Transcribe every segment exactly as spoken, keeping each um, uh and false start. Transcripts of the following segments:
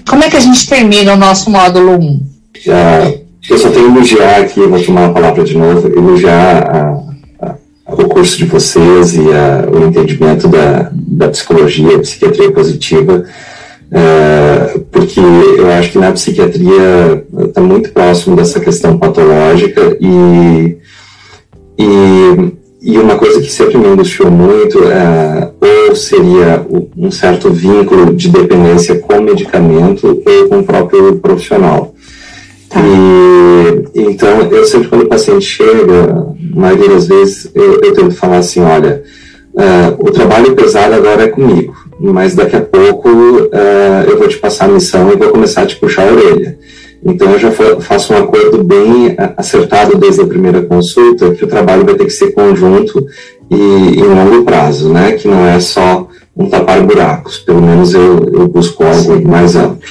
Como é que a gente termina o nosso módulo um? Já, eu só tenho que elogiar aqui, vou tomar a palavra de novo, elogiar a, a, o curso de vocês e a, o entendimento da, da psicologia, psiquiatria positiva, uh, porque eu acho que na psiquiatria está muito próximo dessa questão patológica e, e, e uma coisa que sempre me angustiou muito uh, ou seria um certo vínculo de dependência com medicamento ou com o próprio profissional. Tá. E, então, eu sempre, quando o paciente chega, a maioria das vezes, eu, eu tento falar assim, olha, uh, o trabalho pesado agora é comigo, mas daqui a pouco uh, eu vou te passar a missão e vou começar a te puxar a orelha. Então, eu já faço um acordo bem acertado desde a primeira consulta, que o trabalho vai ter que ser conjunto e em longo prazo, né? Que não é só um tapar buracos, pelo menos eu, eu busco algo Sim. mais amplo.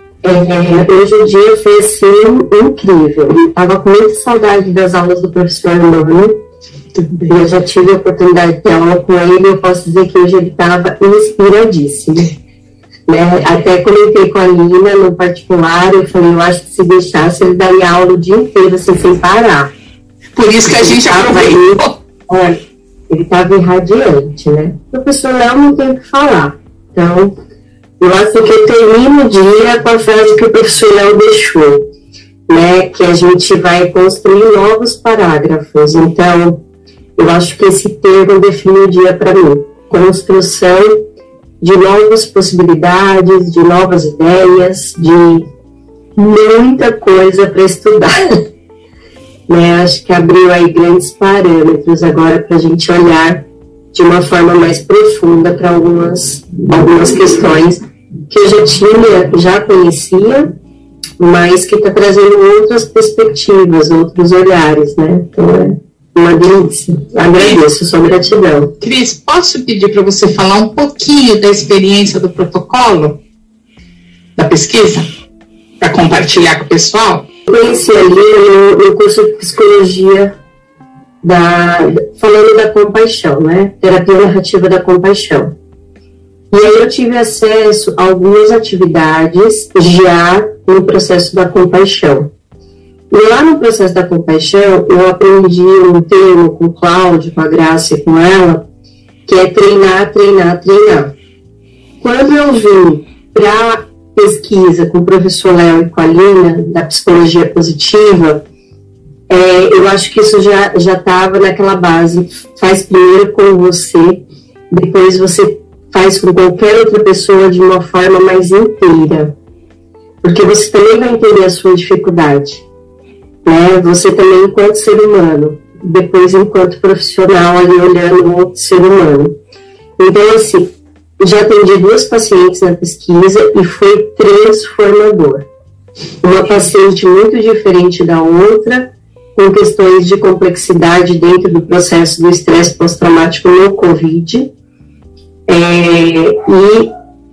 É, hoje em dia foi assim incrível. Estava com muita saudade das aulas do professor Mano. Eu já tive a oportunidade de ter aula com ele e eu posso dizer que hoje ele estava inspiradíssimo. Né? Até comentei com a Lina no particular, eu falei, eu acho que se deixasse ele daria aula o dia inteiro assim, sem parar. Por isso que a gente aproveitou. Olha, ele estava irradiante, né? O professor Léo não tem o que falar. Então, eu acho que eu termino o dia com a frase que o professor Léo deixou, né? Que a gente vai construir novos parágrafos. Então, eu acho que esse termo define o dia para mim. Construção de novas possibilidades, de novas ideias, de muita coisa para estudar. Né? Acho que abriu aí grandes parâmetros agora para a gente olhar de uma forma mais profunda para algumas, algumas questões que eu já tinha, já conhecia, mas que está trazendo outras perspectivas, outros olhares, né? Então é uma delícia. Agradeço, sua gratidão. Cris, posso pedir para você falar um pouquinho da experiência do protocolo, da pesquisa, para compartilhar com o pessoal? Eu conheci ali no, no curso de psicologia, da, falando da compaixão, né? Terapia narrativa da compaixão. E aí eu tive acesso a algumas atividades já no processo da compaixão. E lá no processo da compaixão, eu aprendi um termo com o Cláudio, com a Graça e com ela, que é treinar, treinar, treinar. Quando eu vim para pesquisa com o professor Léo e com a Lina, da psicologia positiva, é, eu acho que isso já já estava naquela base. Faz primeiro com você, depois você faz com qualquer outra pessoa de uma forma mais inteira. Porque você também vai entender a sua dificuldade. Né? Você também enquanto ser humano, depois enquanto profissional ali olhando o outro ser humano. Então, assim, já atendi duas pacientes na pesquisa e foi transformador. Uma paciente muito diferente da outra, com questões de complexidade dentro do processo do estresse pós-traumático no Covid. É, e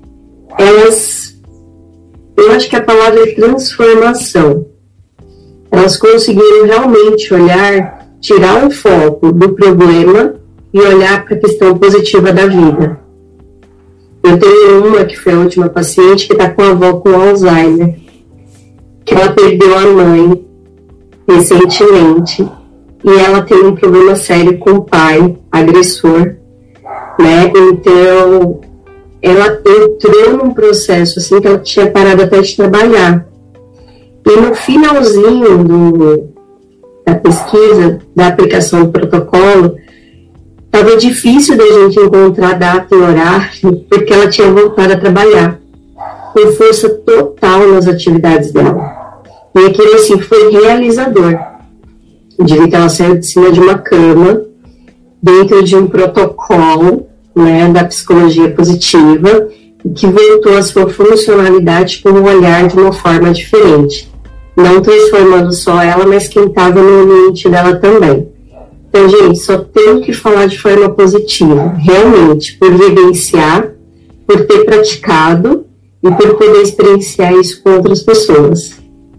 elas, eu acho que a palavra é transformação. Elas conseguiram realmente olhar, tirar o foco do problema e olhar para a questão positiva da vida. Eu tenho uma que foi a última paciente que está com a avó com Alzheimer, que ela perdeu a mãe recentemente e ela tem um problema sério com o pai, agressor, né? Então, ela entrou num processo assim que ela tinha parado até de trabalhar. E no finalzinho do, da pesquisa, da aplicação do protocolo, estava difícil da gente encontrar data e horário, porque ela tinha voltado a trabalhar, com força total nas atividades dela. E aquilo assim foi realizador. De ver que ela saiu de cima de uma cama, dentro de um protocolo, né, da psicologia positiva, que voltou a sua funcionalidade com um olhar de uma forma diferente. Não transformando só ela, mas quem estava no ambiente dela também. Então, gente, só tenho que falar de forma positiva, realmente, por vivenciar, por ter praticado e por poder experienciar isso com outras pessoas.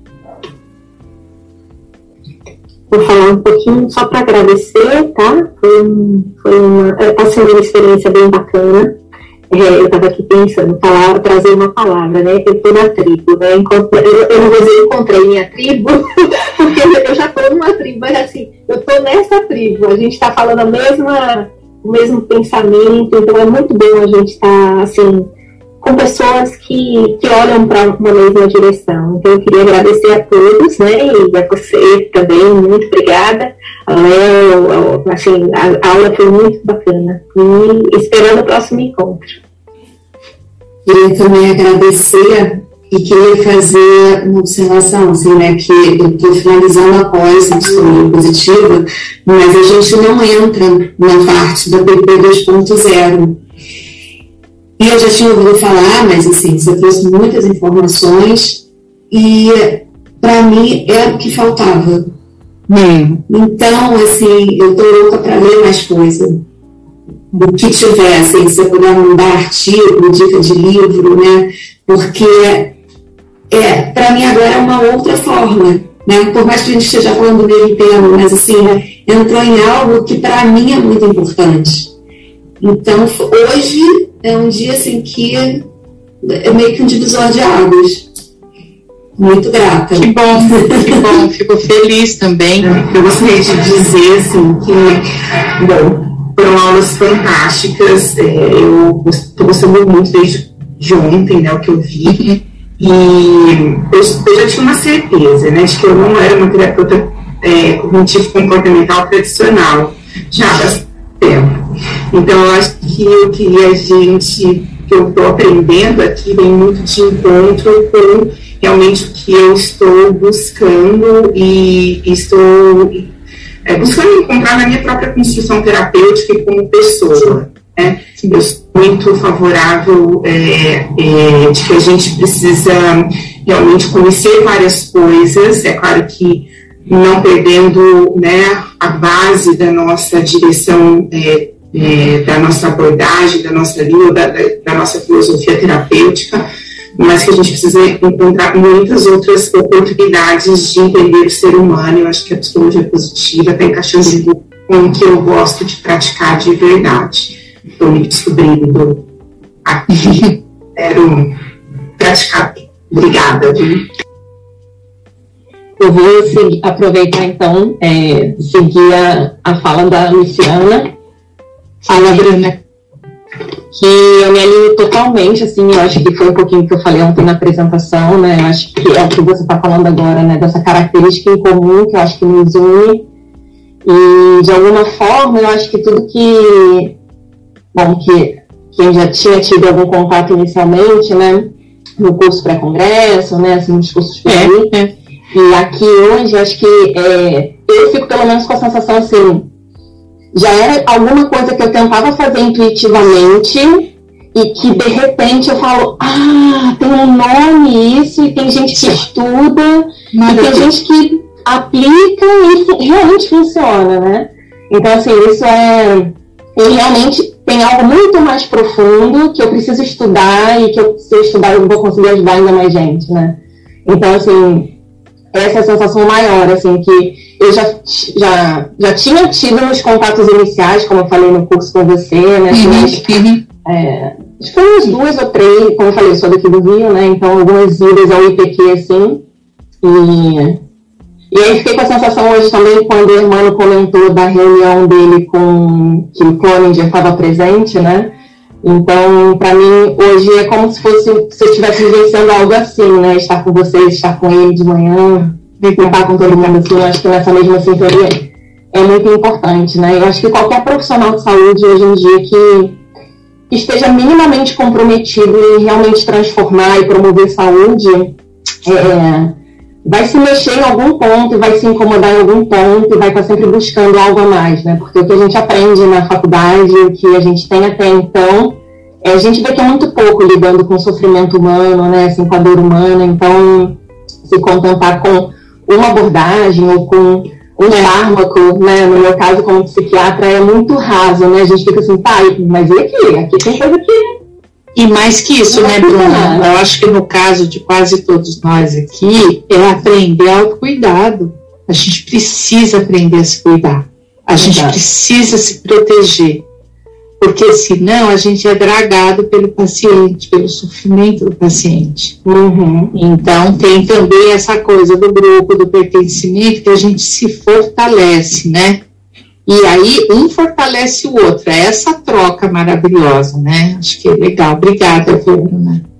Vou falar um pouquinho só para agradecer, tá? Foi, foi uma, assim, uma experiência bem bacana. é, eu estava aqui pensando, falar, trazer uma palavra, né? Eu estou na tribo, né? Encontre, eu, eu não vou dizer encontrei minha tribo, porque eu já estou numa tribo, mas assim, eu estou nessa tribo, a gente está falando a mesma, o mesmo pensamento, então é muito bom a gente estar, tá, assim, com pessoas que, que olham para uma mesma direção. Então, eu queria agradecer a todos, né, e a você também, muito obrigada. A Léo, assim, a, a aula foi muito bacana. E esperando o próximo encontro. Queria também agradecer e queria fazer uma observação, assim, né, que eu estou finalizando a pós em psicologia positiva, mas a gente não entra na parte da P P dois ponto zero. E eu já tinha ouvido falar, mas assim, você trouxe muitas informações e para mim era o que faltava. Hum. Então, assim, eu tô louca para ler mais coisa. O que tiver, assim, se você puder mandar artigo, dica de livro, né? Porque, é, para mim agora é uma outra forma, né? Por mais que a gente esteja falando do mesmo tema, mas assim, entrou em algo que para mim é muito importante. Então, hoje é um dia assim que é meio que um divisor de águas. Muito grata. Que bom, que bom. Fico feliz também. Eu gostaria de dizer assim que, bom, foram aulas fantásticas. É, eu estou gostando muito desde de ontem, né, o que eu vi. E eu, eu já tinha uma certeza, né, de que eu não era uma terapeuta é, cognitivo-comportamental tradicional. Já há bastante tempo. Então, eu acho que o que a gente, que eu estou aprendendo aqui, vem muito de encontro com realmente o que eu estou buscando e estou é, buscando encontrar na minha própria construção terapêutica e como pessoa. Né? Eu sou muito favorável é, é, de que a gente precisa realmente conhecer várias coisas. É claro que não perdendo, né, a base da nossa direção, é, é, da nossa abordagem, da nossa língua, da, da nossa filosofia terapêutica, mas que a gente precisa encontrar muitas outras oportunidades de entender o ser humano. Eu acho que a psicologia positiva está encaixando com o que eu gosto de praticar de verdade. Estou me descobrindo aqui. Quero praticar. Obrigada, viu? Eu vou seguir, aproveitar, então, é, seguir a, a fala da Luciana. Fala, Bruna. Que eu me alinho totalmente, assim, eu acho que foi um pouquinho que eu falei ontem na apresentação, né, eu acho que é o que você está falando agora, né, dessa característica em comum que eu acho que nos une, e de alguma forma eu acho que tudo que, bom, que quem já tinha tido algum contato inicialmente, né, no curso pré-congresso, né, assim, nos cursos que é, eu é. E aqui hoje, acho que é, eu fico pelo menos com a sensação assim, já era alguma coisa que eu tentava fazer intuitivamente e que de repente eu falo, ah, tem um nome isso, e tem gente que estuda, Maravilha. E tem gente que aplica e realmente funciona, né? Então, assim, isso é... Eu realmente tem algo muito mais profundo que eu preciso estudar e que eu, se eu estudar eu vou conseguir ajudar ainda mais gente, né? Então, assim, essa é a sensação maior, assim, que eu já, já, já tinha tido nos contatos iniciais, como eu falei no curso com você, né? Uhum, uhum. É, acho que foi umas duas ou três, como eu falei, eu sou daqui do Rio, né? Então, algumas idas ao I P Q, assim. E, e aí fiquei com a sensação hoje também, quando o irmão comentou da reunião dele com que o Cloninger estava presente, né? Então, para mim, hoje é como se fosse se eu estivesse vivenciando algo assim, né? Estar com vocês, estar com ele de manhã, estar com todo mundo assim, eu acho que nessa mesma sintonia é muito importante, né? Eu acho que qualquer profissional de saúde hoje em dia que esteja minimamente comprometido em realmente transformar e promover saúde, é, vai se mexer em algum ponto, vai se incomodar em algum ponto e vai estar sempre buscando algo a mais, né? Porque o que a gente aprende na faculdade, o que a gente tem até então, é, a gente vê que é muito pouco lidando com o sofrimento humano, né? Assim, com a dor humana. Então, se contentar com uma abordagem ou com um fármaco, né? No meu caso, como psiquiatra, é muito raso, né? A gente fica assim, tá, mas e aqui? Aqui tem coisa que... E mais que isso, né, Bruna? Eu acho que no caso de quase todos nós aqui, é aprender autocuidado. A gente precisa aprender a se cuidar. A gente precisa se proteger. porque senão a gente é dragado pelo paciente, pelo sofrimento do paciente. Uhum. Então tem também essa coisa do grupo, do pertencimento, que a gente se fortalece, né? E aí um fortalece o outro, é essa troca maravilhosa, né? Acho que é legal. Obrigada, viu, Bruna?